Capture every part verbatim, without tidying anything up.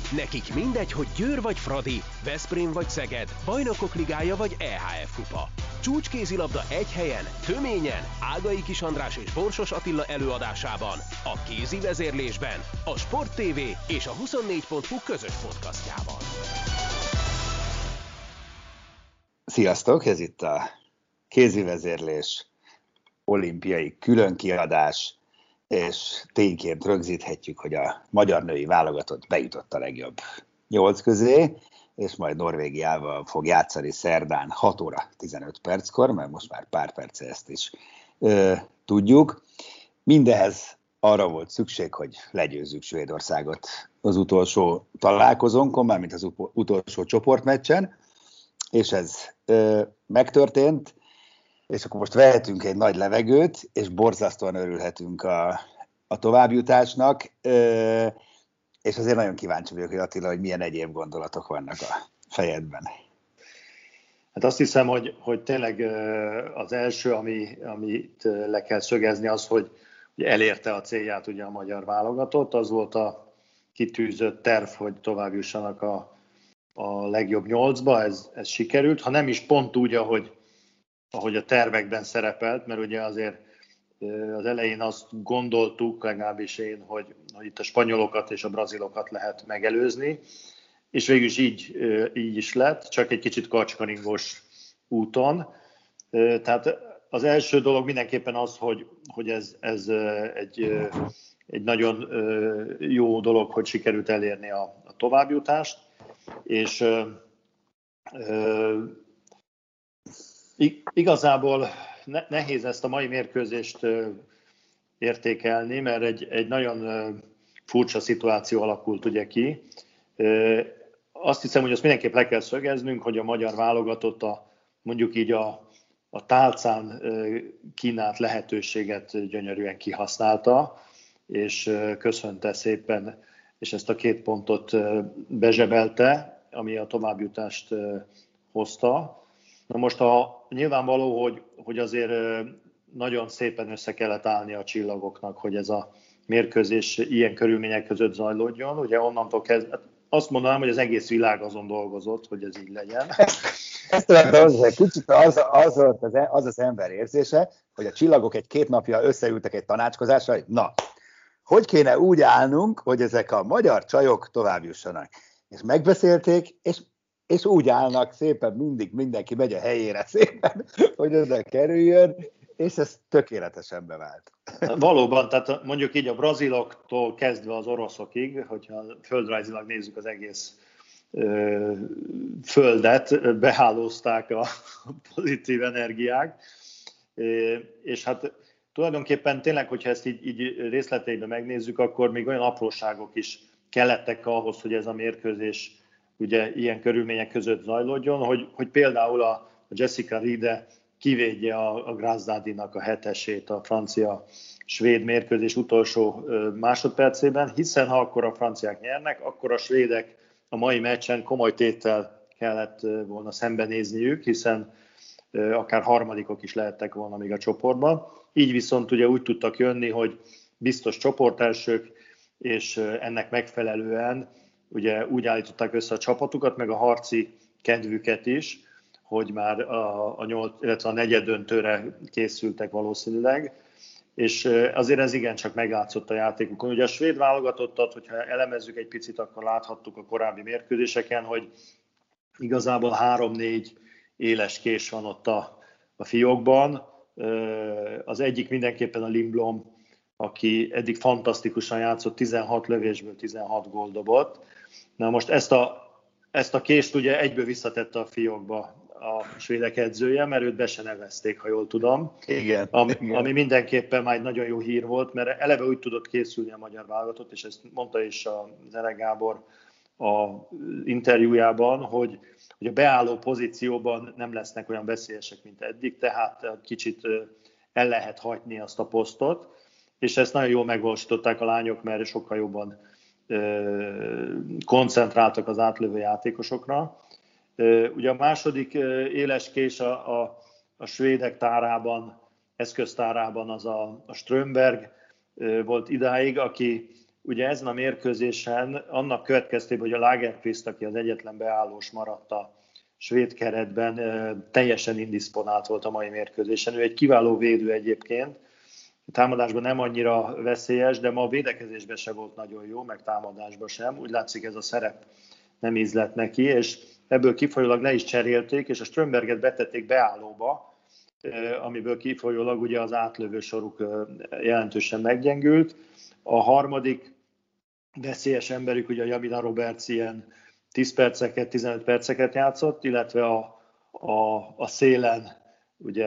Nekik mindegy, hogy Győr vagy Fradi, Veszprém vagy Szeged, Bajnokok Ligája vagy é há ef Kupa. Csúcskézilabda egy helyen, töményen, Ágai Kis András és Borsos Attila előadásában, a kézi vezérlésben, a Sport té vé és a huszonnégy pont hu közös podcastjában. Sziasztok, ez itt a kézi vezérlés olimpiai különkiadás, és tényként rögzíthetjük, hogy a magyar női válogatott bejutott a legjobb nyolc közé, és majd Norvégiával fog játszani szerdán hat óra tizenöt perckor, mert most már pár perce ezt is ö, tudjuk. Mindehez arra volt szükség, hogy legyőzzük Svédországot az utolsó találkozónkon, mármint az utolsó csoportmeccsen, és ez ö, megtörtént, és akkor most vehetünk egy nagy levegőt, és borzasztóan örülhetünk a, a továbbjutásnak, ö, és azért nagyon kíváncsi vagyok, hogy Attila, hogy milyen egyéb gondolatok vannak a fejedben. Hát azt hiszem, hogy, hogy tényleg az első, ami, amit le kell szögezni, az, hogy, hogy elérte a célját ugye a magyar válogatott. Az volt a kitűzött terv, hogy tovább jussanak a, a legjobb nyolcba, ez, ez sikerült. Ha nem is pont úgy, ahogy, ahogy a tervekben szerepelt, mert ugye azért az elején azt gondoltuk, legalábbis én, hogy, hogy itt a spanyolokat és a brazilokat lehet megelőzni, és végül is így, így is lett, csak egy kicsit kacskaringos úton. Tehát az első dolog mindenképpen az, hogy, hogy ez, ez egy, egy nagyon jó dolog, hogy sikerült elérni a, a továbbjutást, és igazából nehéz ezt a mai mérkőzést értékelni, mert egy, egy nagyon furcsa szituáció alakult ugye ki. Azt hiszem, hogy azt mindenképp le kell szögeznünk, hogy a magyar válogatott a, mondjuk így a, a tálcán kínált lehetőséget gyönyörűen kihasználta, és köszönte szépen, és ezt a két pontot bezsebelte, ami a továbbjutást hozta. Na most a, nyilvánvaló, hogy, hogy azért nagyon szépen össze kellett állni a csillagoknak, hogy ez a mérkőzés ilyen körülmények között zajlódjon. Ugye onnantól kezdve, azt mondanám, hogy az egész világ azon dolgozott, hogy ez így legyen. Ezt tudom, az, kicsit az, az, az, az az ember érzése, hogy a csillagok egy két napja összeültek egy tanácskozásra, hogy na, hogy kéne úgy állnunk, hogy ezek a magyar csajok tovább jussanak. És megbeszélték, és és úgy állnak szépen, mindig mindenki megy a helyére szépen, hogy oda kerüljön, és ez tökéletesen bevált. Valóban, tehát mondjuk így a braziloktól kezdve az oroszokig, hogyha földrajzilag nézzük az egész ö, földet, behálózták a pozitív energiák, és hát tulajdonképpen tényleg, hogyha ezt így, így részleteiben megnézzük, akkor még olyan apróságok is kellettek ahhoz, hogy ez a mérkőzés ugye ilyen körülmények között zajlódjon, hogy, hogy például a Jessica Riede kivédje a, a Grazzádinak a hetesét a francia-svéd mérkőzés utolsó másodpercében, hiszen ha akkor a franciák nyernek, akkor a svédek a mai meccsen komoly téttel kellett volna szembenézniük, hiszen akár harmadikok is lehettek volna még a csoportban. Így viszont ugye úgy tudtak jönni, hogy biztos csoportelsők, és ennek megfelelően ugye úgy állították össze a csapatukat, meg a harci kedvüket is, hogy már a, a, nyolc, illetve a negyed döntőre készültek valószínűleg, és azért ez igencsak meglátszott a játékukon. Ugye a svéd válogatottat, hogyha elemezzük egy picit, akkor láthattuk a korábbi mérkőzéseken, hogy igazából három-négy éles kés van ott a, a fiókban. Az egyik mindenképpen a Lindblom, aki eddig fantasztikusan játszott, tizenhat lövésből tizenhat gólt dobott. Na most ezt a, ezt a kést ugye egyből visszatette a fiókba a svédek edzője, mert őt be se nevezték, ha jól tudom. Igen, ami, igen. ami mindenképpen már egy nagyon jó hír volt, mert eleve úgy tudott készülni a magyar válogatott, és ezt mondta is a Zene Gábor a interjújában, hogy, hogy a beálló pozícióban nem lesznek olyan veszélyesek, mint eddig, tehát kicsit el lehet hagyni azt a posztot, és ezt nagyon jól megvalósították a lányok, mert sokkal jobban ö, koncentráltak az átlövő játékosokra. Ö, ugye a második ö, éles kés a, a, a svédek tárában, eszköztárában az a, a Strömberg ö, volt idáig, aki ugye ezen a mérkőzésen annak következtében, hogy a Lagerqvist, aki az egyetlen beállós maradt a svéd keretben, teljesen indisponált volt a mai mérkőzésen. Ő egy kiváló védő egyébként, a támadásban nem annyira veszélyes, de ma a védekezésben sem volt nagyon jó, meg támadásban sem. Úgy látszik, ez a szerep nem ízlett neki, és ebből kifolyólag le is cserélték, és a Strömberget betették beállóba, amiből kifolyólag ugye az átlövő soruk jelentősen meggyengült. A harmadik veszélyes emberük, ugye a Jamina Roberts ilyen tíz perceket, tizenöt perceket játszott, illetve a, a, a szélen ugye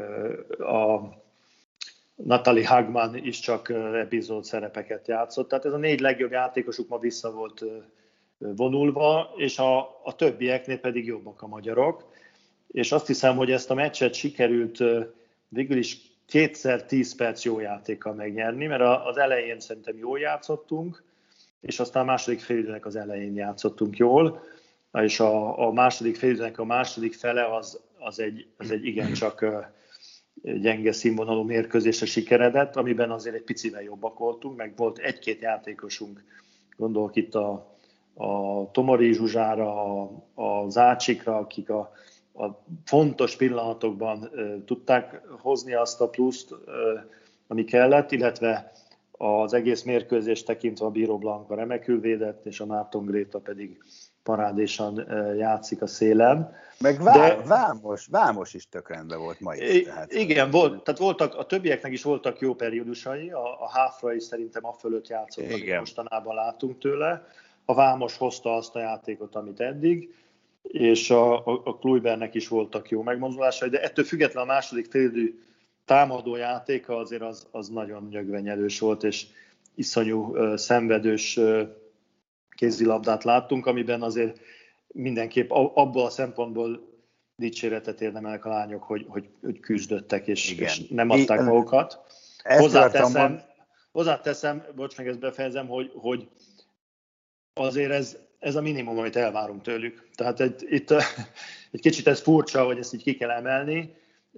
a Natalie Hagman is csak epizód szerepeket játszott. Tehát ez a négy legjobb játékosuk ma vissza volt vonulva, és a, a többieknél pedig jobbak a magyarok. És azt hiszem, hogy ezt a meccset sikerült végül is kétszer tíz perc jó játékkal megnyerni, mert az elején szerintem jól játszottunk, és aztán a második félidőnek az elején játszottunk jól, és a, a második félidőnek a második fele az, az, egy, az egy igencsak gyenge színvonalú mérkőzésre sikeredett, amiben azért egy picivel jobbak voltunk, meg volt egy-két játékosunk, gondolok itt a, a Tomori Zsuzsára, a, a Zácsikra, akik a, a fontos pillanatokban e, tudták hozni azt a pluszt, e, ami kellett, illetve az egész mérkőzést tekintve a Bíró Blanka remekül védett, és a Márton Gréta pedig parádésan e, játszik a szélen. Meg Vá- De, Vámos, Vámos is tök rendben volt ma is. Tehát. Igen, volt, tehát voltak, a többieknek is voltak jó periódusai, a, a Háfra is szerintem a fölött játszott, amit mostanában látunk tőle. A Vámos hozta azt a játékot, amit eddig, és a, a, a Kluibernek is voltak jó megmozdulásai, de ettől függetlenül a második félidő támadó játéka azért az, az nagyon nyögvenyelős volt, és iszonyú uh, szenvedős uh, kézilabdát láttunk, amiben azért mindenképp abból a szempontból dicséretet érdemelnek a lányok, hogy, hogy, hogy küzdöttek, és, és nem adták I, magukat. Hozzáteszem, hozzáteszem, bocs, meg ezt befejezem, hogy, hogy azért ez, ez a minimum, amit elvárunk tőlük. Tehát egy, itt egy kicsit ez furcsa, hogy ezt így ki kell emelni.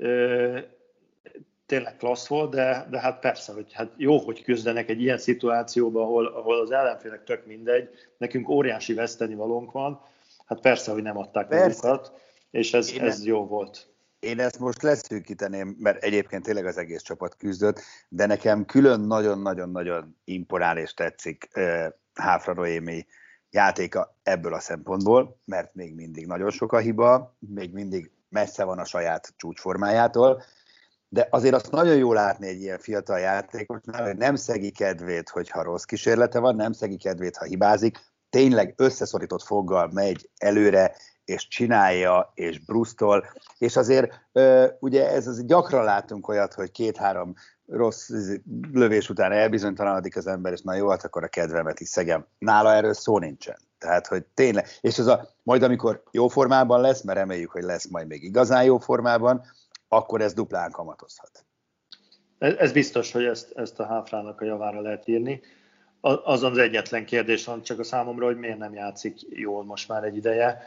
Tényleg klassz volt, de, de hát persze, hogy hát jó, hogy küzdenek egy ilyen szituációban, ahol, ahol az ellenfélnek tök mindegy, nekünk óriási vesztenivalónk van, hát persze, hogy nem adták magukat, és ez, ez jó volt. Én ezt most leszűkíteném, mert egyébként tényleg az egész csapat küzdött, de nekem külön nagyon-nagyon-nagyon imponál és tetszik uh, Háfra Noémi játéka ebből a szempontból, mert még mindig nagyon sok a hiba, még mindig messze van a saját csúcsformájától, de azért azt nagyon jó látni egy ilyen fiatal játékosnál, hogy nem szegi kedvét, hogyha rossz kísérlete van, nem szegi kedvét, ha hibázik, tényleg összeszorított foggal megy előre, és csinálja, és brusztol, és azért ugye ez az, gyakran látunk olyat, hogy két-három rossz lövés után elbizonytalanodik az ember, és na jó, hát akkor a kedvemet is szegem. Nála erről szó nincsen. Tehát, hogy tényleg, és az a, majd amikor jó formában lesz, mert reméljük, hogy lesz majd még igazán jó formában, akkor ez duplán kamatozhat. Ez, ez biztos, hogy ezt, ezt a Háfrának a javára lehet írni. Azon az egyetlen kérdés van csak a számomra, hogy miért nem játszik jól most már egy ideje.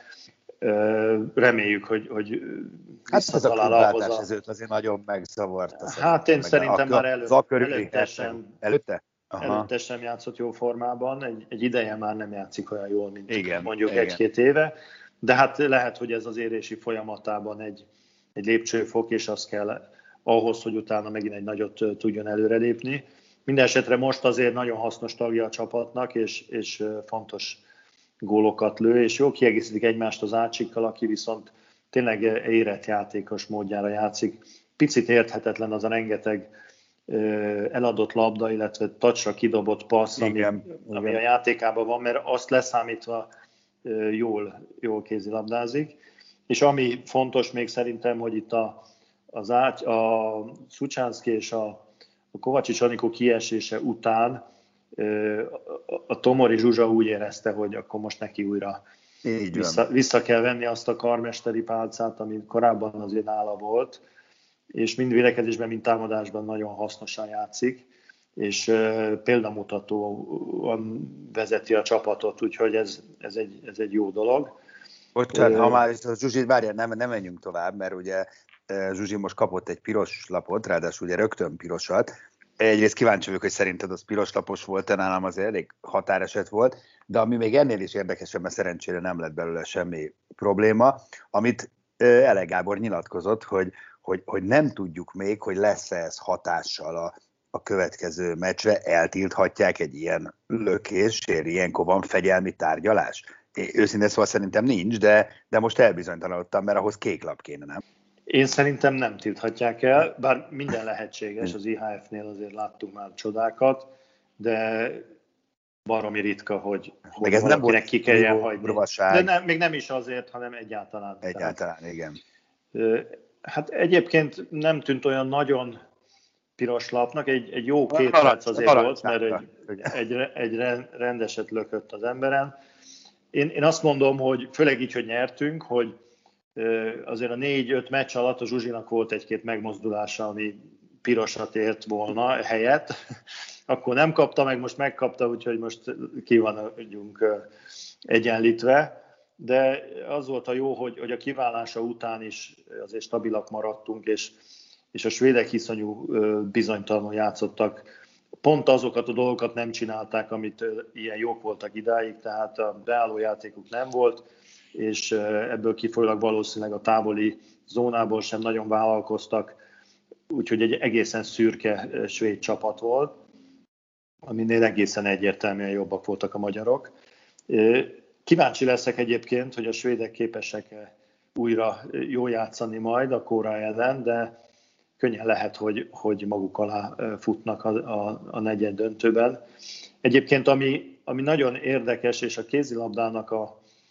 Reméljük, hogy, hogy visszatalál hát ahhoz a... ez őt azért nagyon megzavarta. Hát én szerintem már elő, előtte, sem, előtte? előtte sem játszott jó formában. Egy, egy ideje már nem játszik olyan jól, mint igen, mondjuk igen. egy-két éve. De hát lehet, hogy ez az érési folyamatában egy, egy lépcsőfok, és az kell ahhoz, hogy utána megint egy nagyot tudjon előrelépni. Mindenesetre most azért nagyon hasznos tagja a csapatnak, és, és fontos gólokat lő, és jól kiegészítik egymást az Ácsikkal, aki viszont tényleg érett játékos módjára játszik. Picit érthetetlen az a rengeteg eladott labda, illetve touchra kidobott passz, ami, ami a játékában van, mert azt leszámítva jól, jól kézilabdázik. És ami fontos még szerintem, hogy itt a, az Ács, a Szucsánszki és a, a Kovacsics Anikó kiesése után a Tomori Zsuzsa úgy érezte, hogy akkor most neki újra vissza, vissza kell venni azt a karmesteri pálcát, ami korábban azért nála volt, és mind védekezésben, mind támadásban nagyon hasznosan játszik, és példamutatóan vezeti a csapatot, úgyhogy ez, ez, egy, ez egy jó dolog. Bocsánat, ha már Zsuzsi, várjál, nem, nem menjünk tovább, mert ugye Zsuzsi most kapott egy piros lapot, ráadásul ugye rögtön pirosat, egyrészt kíváncsi vagyok, hogy szerinted az piroslapos volt, nálam azért elég határeset volt, de ami még ennél is érdekesebb, mert szerencsére nem lett belőle semmi probléma, amit Ele Gábor nyilatkozott, hogy, hogy, hogy nem tudjuk még, hogy lesz-e ez hatással a, a következő meccsre, eltilthatják egy ilyen lökésért, ilyenkor van fegyelmi tárgyalás. Én őszintén szóval szerintem nincs, de, de most elbizonytalanodtam, mert ahhoz kék lap kéne, nem? Én szerintem nem tilthatják el, bár minden lehetséges, az i há ef-nél azért láttunk már csodákat, de baromi ritka, hogy, hogy ez valakinek nem ki kelljen hagyni. Brovaság. De nem, még nem is azért, hanem egyáltalán. Egyáltalán, tehát, igen. Hát egyébként nem tűnt olyan nagyon piros lapnak, egy, egy jó két perc azért volt, mert egy, egy, egy rendeset lökött az emberen. Én, én azt mondom, hogy főleg így, hogy nyertünk, hogy azért a négy-öt meccs alatt a Zsuzsinak volt egy-két megmozdulása, ami pirosat ért volna helyett. Akkor nem kapta meg, most megkapta, úgyhogy most ki vagyunk egyenlítve. De az volt a jó, hogy, hogy a kiválása után is azért stabilak maradtunk, és, és a svédek iszonyú bizonytalanul játszottak. Pont azokat a dolgokat nem csinálták, amit ilyen jók voltak idáig, tehát a beálló játékuk nem volt, és ebből kifolyólag valószínűleg a távoli zónából sem nagyon vállalkoztak, úgyhogy egy egészen szürke svéd csapat volt, aminél egészen egyértelműen jobbak voltak a magyarok. Kíváncsi leszek egyébként, hogy a svédek képesek újra jól játszani majd a Kóra ellen, de könnyen lehet, hogy, hogy maguk alá futnak a, a, a negyed döntőben. Egyébként ami, ami nagyon érdekes, és a kézilabdának a,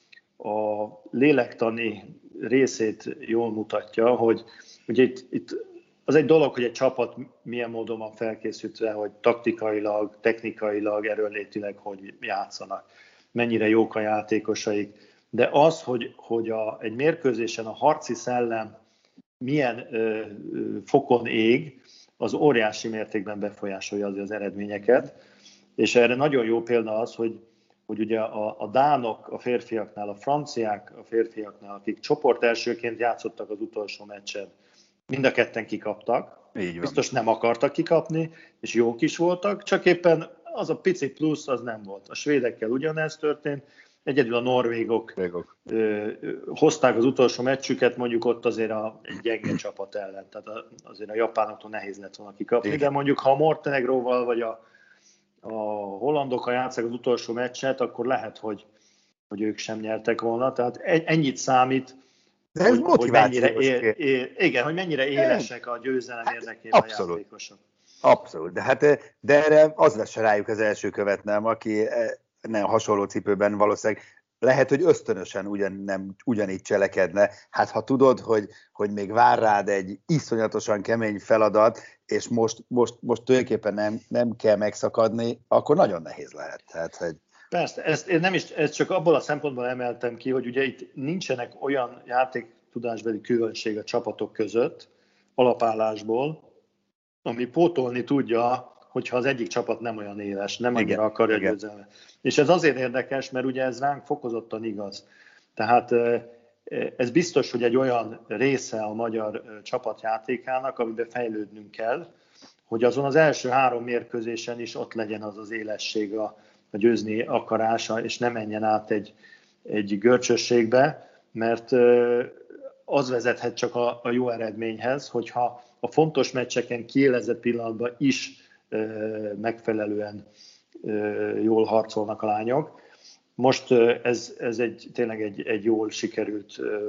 a lélektani részét jól mutatja, hogy ugye itt, itt az egy dolog, hogy egy csapat milyen módon van felkészítve, hogy taktikailag, technikailag, erőnlétileg hogy játszanak, mennyire jók a játékosaik, de az, hogy, hogy a, egy mérkőzésen a harci szellem milyen ö, ö, fokon ég, az óriási mértékben befolyásolja az, az eredményeket, és erre nagyon jó példa az, hogy, hogy ugye a, a dánok a férfiaknál, a franciák a férfiaknál, akik csoport elsőként játszottak az utolsó meccsen, mind a ketten kikaptak, biztos nem akartak kikapni, és jók is voltak, csak éppen az a pici plusz az nem volt. A svédekkel ugyanez történt, egyedül a norvégok ö, ö, hozták az utolsó meccsüket, mondjuk ott azért a, egy gyenge csapat ellen, tehát a, azért a japánoktól nehéz lett volna kikapni, igen. De mondjuk ha a Montenegróval vagy a, a hollandokkal játszák az utolsó meccset, akkor lehet, hogy, hogy ők sem nyertek volna, tehát ennyit számít, de ez hogy, hogy mennyire, él, él, igen, hogy mennyire élesek a győzelem érdekében hát, a játékosok. Abszolút, de, hát, de erre az vesse rájuk az első követ, nem, aki nem hasonló cipőben valószínűleg lehet, hogy ösztönösen ugyan, nem, ugyanígy cselekedne. Hát ha tudod, hogy, hogy még vár rád egy iszonyatosan kemény feladat, és most, most, most tulajdonképpen nem, nem kell megszakadni, akkor nagyon nehéz lehet. Tehát, hogy... Persze, ezt, én nem is, ezt csak abból a szempontból emeltem ki, hogy ugye itt nincsenek olyan játéktudásbeli különbség a csapatok között, alapállásból, ami pótolni tudja, hogyha az egyik csapat nem olyan éles, nem annyira akarja győzelmet. És ez azért érdekes, mert ugye ez ránk fokozottan igaz. Tehát ez biztos, hogy egy olyan része a magyar csapatjátékának, amiben fejlődnünk kell, hogy azon az első három mérkőzésen is ott legyen az az élesség, a, a győzni akarása, és ne menjen át egy, egy görcsösségbe, mert az vezethet csak a, a jó eredményhez, hogyha a fontos meccseken kiélezett pillanatban is ö, megfelelően ö, jól harcolnak a lányok. Most ö, ez, ez egy, tényleg egy, egy jól sikerült ö,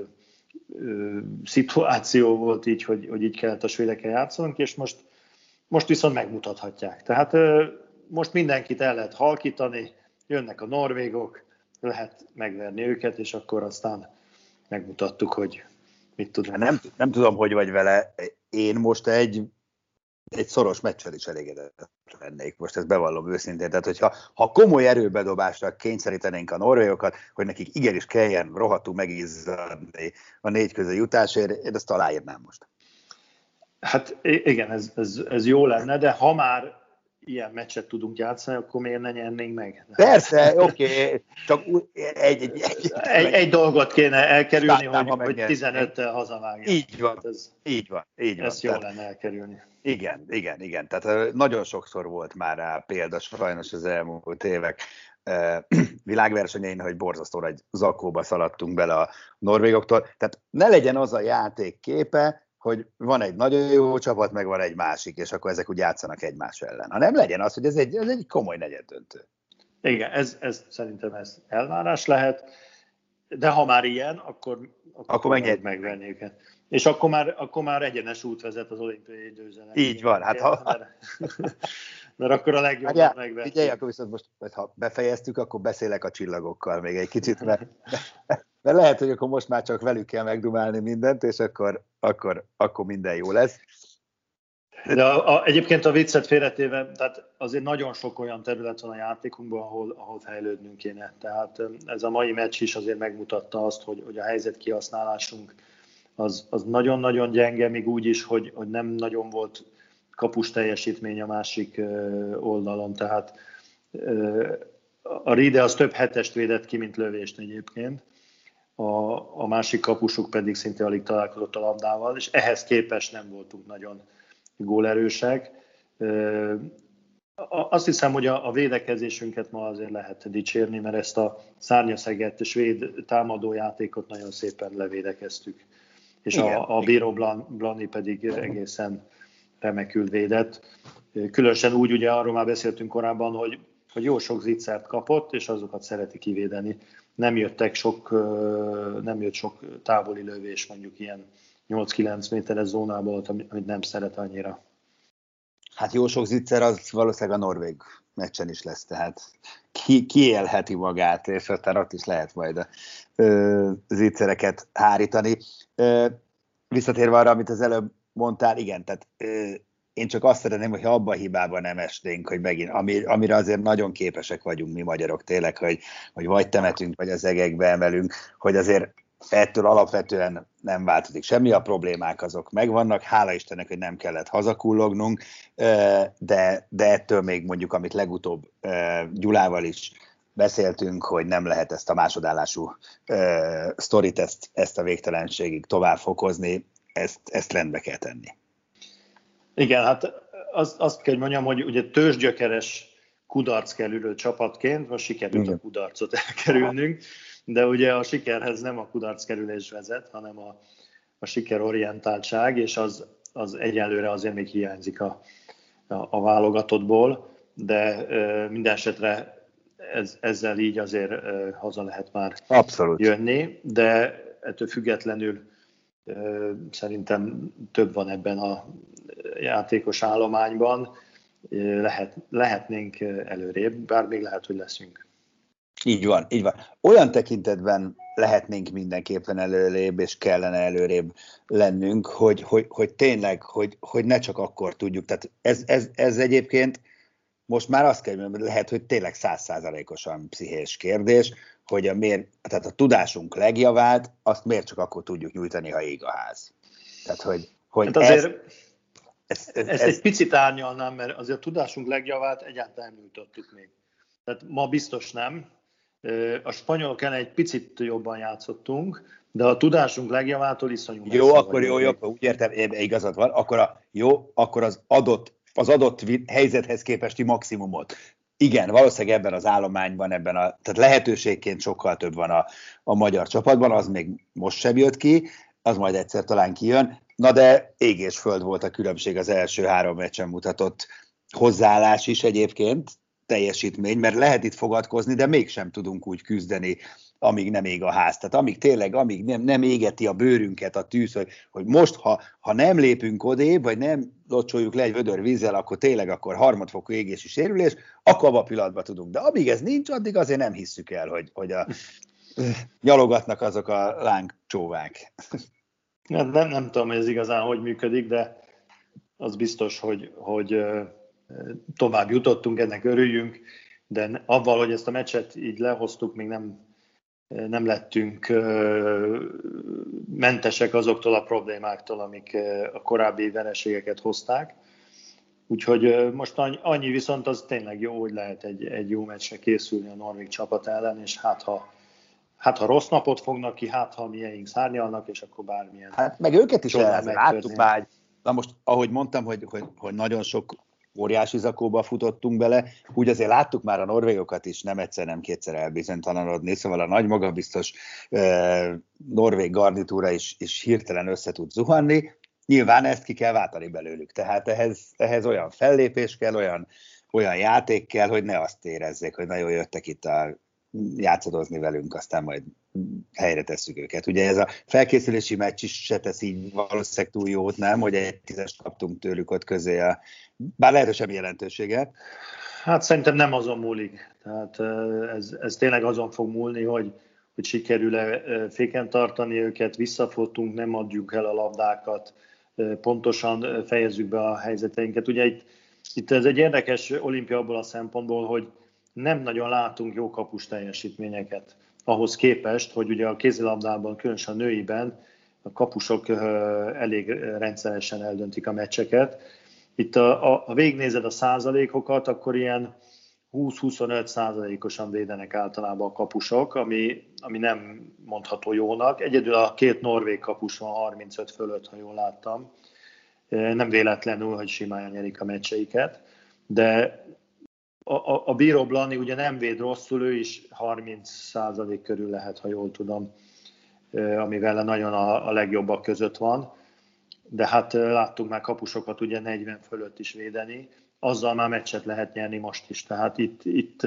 ö, szituáció volt így, hogy, hogy így kellett a svédekkel játszanunk, és most, most viszont megmutathatják. Tehát ö, most mindenkit el lehet halkítani, jönnek a norvégok, lehet megverni őket, és akkor aztán megmutattuk, hogy mit tudunk. Nem, nem tudom, hogy vagy vele. Én most egy, egy szoros meccsel is elégedett lennék. Most ezt bevallom őszintén. Tehát, hogyha ha komoly erőbedobásra kényszerítenénk a norvégokat, hogy nekik igenis kelljen rohadtul megizzadni a négy közé jutásért, én ezt aláírnám most. Hát igen, ez, ez, ez jó lenne, de ha már ilyen meccset tudunk játszani, akkor miért ne nyernénk meg? Persze, oké, okay. Csak egy, egy, egy, egy, egy dolgot kéne elkerülni, Látám, hogy, hogy tizenöttel hazavágják. Így van, ez, így van, így van. Ezt jó lenne elkerülni. Igen, igen, igen. Tehát nagyon sokszor volt már rá példa sajnos az elmúlt évek világversenyein, hogy borzasztó egy zakóba szaladtunk bele a norvégoktól. Tehát ne legyen az a játék képe, hogy van egy nagyon jó csapat, meg van egy másik, és akkor ezek úgy játszanak egymás ellen. Ha nem legyen az, hogy ez egy, ez egy komoly negyeddöntő. Igen, ez, ez szerintem ez elvárás lehet, de ha már ilyen, akkor, akkor, akkor megnyert megvenni őket. És akkor már, akkor már egyenes út vezet az olimpiai győzelem. Így van, hát ha... Mert, mert akkor a legjobbat megvettük. Figyelj, akkor viszont most, ha befejeztük, akkor beszélek a csillagokkal még egy kicsit, mert, mert lehet, hogy akkor most már csak velük kell megdumálni mindent, és akkor, akkor, akkor minden jó lesz. De a, a, egyébként a viccet félretéve, tehát azért nagyon sok olyan terület van a játékunkban, ahol, ahol fejlődnünk kéne. Tehát ez a mai meccs is azért megmutatta azt, hogy, hogy a helyzet kihasználásunk az, az nagyon-nagyon gyenge, még úgy is, hogy, hogy nem nagyon volt kapus teljesítmény a másik oldalon. Tehát a Riede az több hetest védett ki, mint lövést egyébként. A, a másik kapusuk pedig szinte alig találkozott a labdával, és ehhez képest nem voltunk nagyon gólerősek. Azt hiszem, hogy a védekezésünket ma azért lehet dicsérni, mert ezt a szárnyaszegett svéd támadójátékot nagyon szépen levédekeztük. És igen, a, a Bíró Blani pedig egészen remekül védett. Különösen úgy, ugye arról már beszéltünk korábban, hogy, hogy jó sok zicsert kapott, és azokat szereti kivédeni. Nem jöttek sok, nem jött sok távoli lövés, mondjuk ilyen nyolc-kilenc méteres zónából, amit nem szeret annyira. Hát jó sok zicser, az valószínűleg a norvég meccsen is lesz, tehát ki, kiélheti magát, és aztán ott is lehet majd a ö, zicsereket hárítani. Ö, visszatérve arra, amit az előbb mondtál, igen, tehát ö, én csak azt szeretném, hogyha abba a hibába nem esnénk, hogy megint, ami, amire azért nagyon képesek vagyunk mi magyarok tényleg, hogy, hogy vagy temetünk, vagy az egekbe emelünk, hogy azért ettől alapvetően nem változik semmi, a problémák azok megvannak, hála Istennek, hogy nem kellett hazakullognunk, de, de ettől még mondjuk, amit legutóbb Gyulával is beszéltünk, hogy nem lehet ezt a másodállású sztorit, ezt, ezt a végtelenségig tovább fokozni, ezt, ezt rendbe kell tenni. Igen, hát azt, azt kell mondjam, hogy ugye tőzsgyökeres kudarckerülő csapatként most sikerült Igen. a kudarcot elkerülnünk, de ugye a sikerhez nem a kudarckerülés vezet, hanem a, a sikerorientáltság, és az, az egyelőre azért még hiányzik a, a, a válogatottból, de e, minden esetre ez, ezzel így azért e, haza lehet már Abszolút. jönni, de ettől függetlenül e, szerintem több van ebben a játékos állományban, e, lehet, lehetnénk előrébb, bár még lehet, hogy leszünk. Így van, így van. Olyan tekintetben lehetnénk mindenképpen előrébb, és kellene előrébb lennünk, hogy, hogy, hogy tényleg, hogy, hogy ne csak akkor tudjuk. Tehát ez, ez, ez egyébként most már azt kell mondani, lehet, hogy tényleg száz százalékosan pszichés kérdés, hogy a, miért, tehát a tudásunk legjavát, azt miért csak akkor tudjuk nyújtani, ha ég a ház. Tehát, hogy, hogy hát azért ez, ez, ez, ezt ez, egy picit árnyalnám, mert azért a tudásunk legjavát egyáltalán nem nyújtottuk még. Tehát ma biztos nem. A spanyolok ellen egy picit jobban játszottunk, de a tudásunk legjavától iszonyú. Jó, akkor jó, jó, úgy értem, igazad van, akkor, a, jó, akkor az adott, az adott helyzethez képesti maximumot. Igen, valószínűleg ebben az állományban, ebben a, tehát lehetőségként sokkal több van a, a magyar csapatban, az még most sem jött ki, az majd egyszer talán kijön. Na de ég és föld volt a különbség az első három meccsen mutatott hozzáállás is egyébként, teljesítmény, mert lehet itt fogadkozni, de mégsem tudunk úgy küzdeni, amíg nem ég a ház. Tehát amíg tényleg, amíg nem, nem égeti a bőrünket a tűz, hogy, hogy most, ha, ha nem lépünk odébb, vagy nem locsoljuk le egy vödör vízzel, akkor tényleg akkor harmadfokú égési sérülés, akkor abban a pillanatban tudunk. De amíg ez nincs, addig azért nem hisszük el, hogy, hogy a, nyalogatnak azok a lángcsóvák. Nem, nem, nem tudom, hogy ez igazán hogy működik, de az biztos, hogy, hogy tovább jutottunk, ennek örüljünk, de avval, hogy ezt a meccset így lehoztuk, még nem, nem lettünk mentesek azoktól a problémáktól, amik a korábbi vereségeket hozták. Úgyhogy most annyi viszont az tényleg jó, hogy lehet egy, egy jó meccsre készülni a norvég csapat ellen, és hát ha, hát ha rossz napot fognak ki, hát ha milyeink szárnyalnak, és akkor bármilyen. Hát meg őket is el, láttuk már, na most ahogy mondtam, hogy, hogy, hogy nagyon sok óriási zakóba futottunk bele, úgy azért láttuk már a norvégokat is nem egyszer, nem kétszer elbizonytalanodni, szóval a nagy magabiztos eh, norvég garnitúra is, is hirtelen össze tud zuhanni. Nyilván ezt ki kell váltani belőlük, tehát ehhez, ehhez olyan fellépés kell, olyan, olyan játék kell, hogy ne azt érezzék, hogy nagyon jöttek itt a játszadozni velünk, aztán majd helyre tesszük őket. Ugye ez a felkészülési meccs is se tesz így valószínűleg túl jót, nem? Hogy egy tízest kaptunk tőlük ott közé, a... bár lehet, hogy semmi jelentősége. Hát szerintem nem azon múlik. Tehát ez, ez tényleg azon fog múlni, hogy, hogy sikerül-e féken tartani őket, visszafogtunk, nem adjuk el a labdákat, pontosan fejezzük be a helyzeteinket. Ugye itt, itt ez egy érdekes olimpia abból a szempontból, hogy nem nagyon látunk jó kapus teljesítményeket. Ahhoz képest, hogy ugye a kézilabdában, különösen a nőiben a kapusok elég rendszeresen eldöntik a meccseket. Itt a, a, a végignézed a százalékokat, akkor ilyen húsz-huszonöt százalékosan védenek általában a kapusok, ami, ami nem mondható jónak. Egyedül a két norvég kapus van harmincöt fölött, ha jól láttam. Nem véletlenül, hogy simán nyerik a meccseiket. De a, a, a bíró Blani ugye nem véd rosszul, ő is harminc százalék körül lehet, ha jól tudom, amivel nagyon a, a legjobbak között van. De hát láttunk már kapusokat ugye negyven fölött is védeni, azzal már meccset lehet nyerni most is. Tehát itt, itt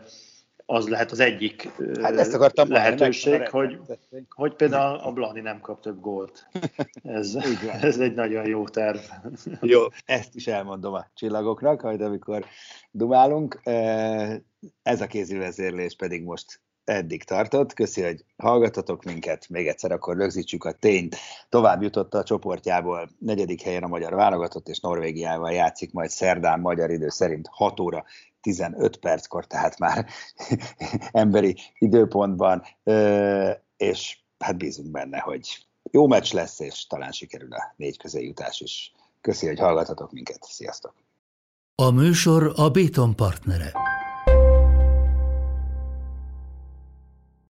az lehet az egyik hát ezt akartam lehetőség, meg, hogy, hogy például a Blani nem kap több gólt. Ez, ez egy nagyon jó terv. Jó, ezt is elmondom a csillagoknak, majd amikor dumálunk. Ez a kézivezérlés pedig most eddig tartott. Köszi, hogy hallgattatok minket. Még egyszer akkor rögzítsük a tényt. Tovább jutott a csoportjából negyedik helyen a magyar válogatott, és Norvégiával játszik majd szerdán magyar idő szerint hat óra tizenöt perckor, tehát már emberi időpontban, és hát bízunk benne, hogy jó meccs lesz, és talán sikerül a négy közé jutás is. Köszi, hogy hallgattatok minket. Sziasztok! A műsor a Béton partnere.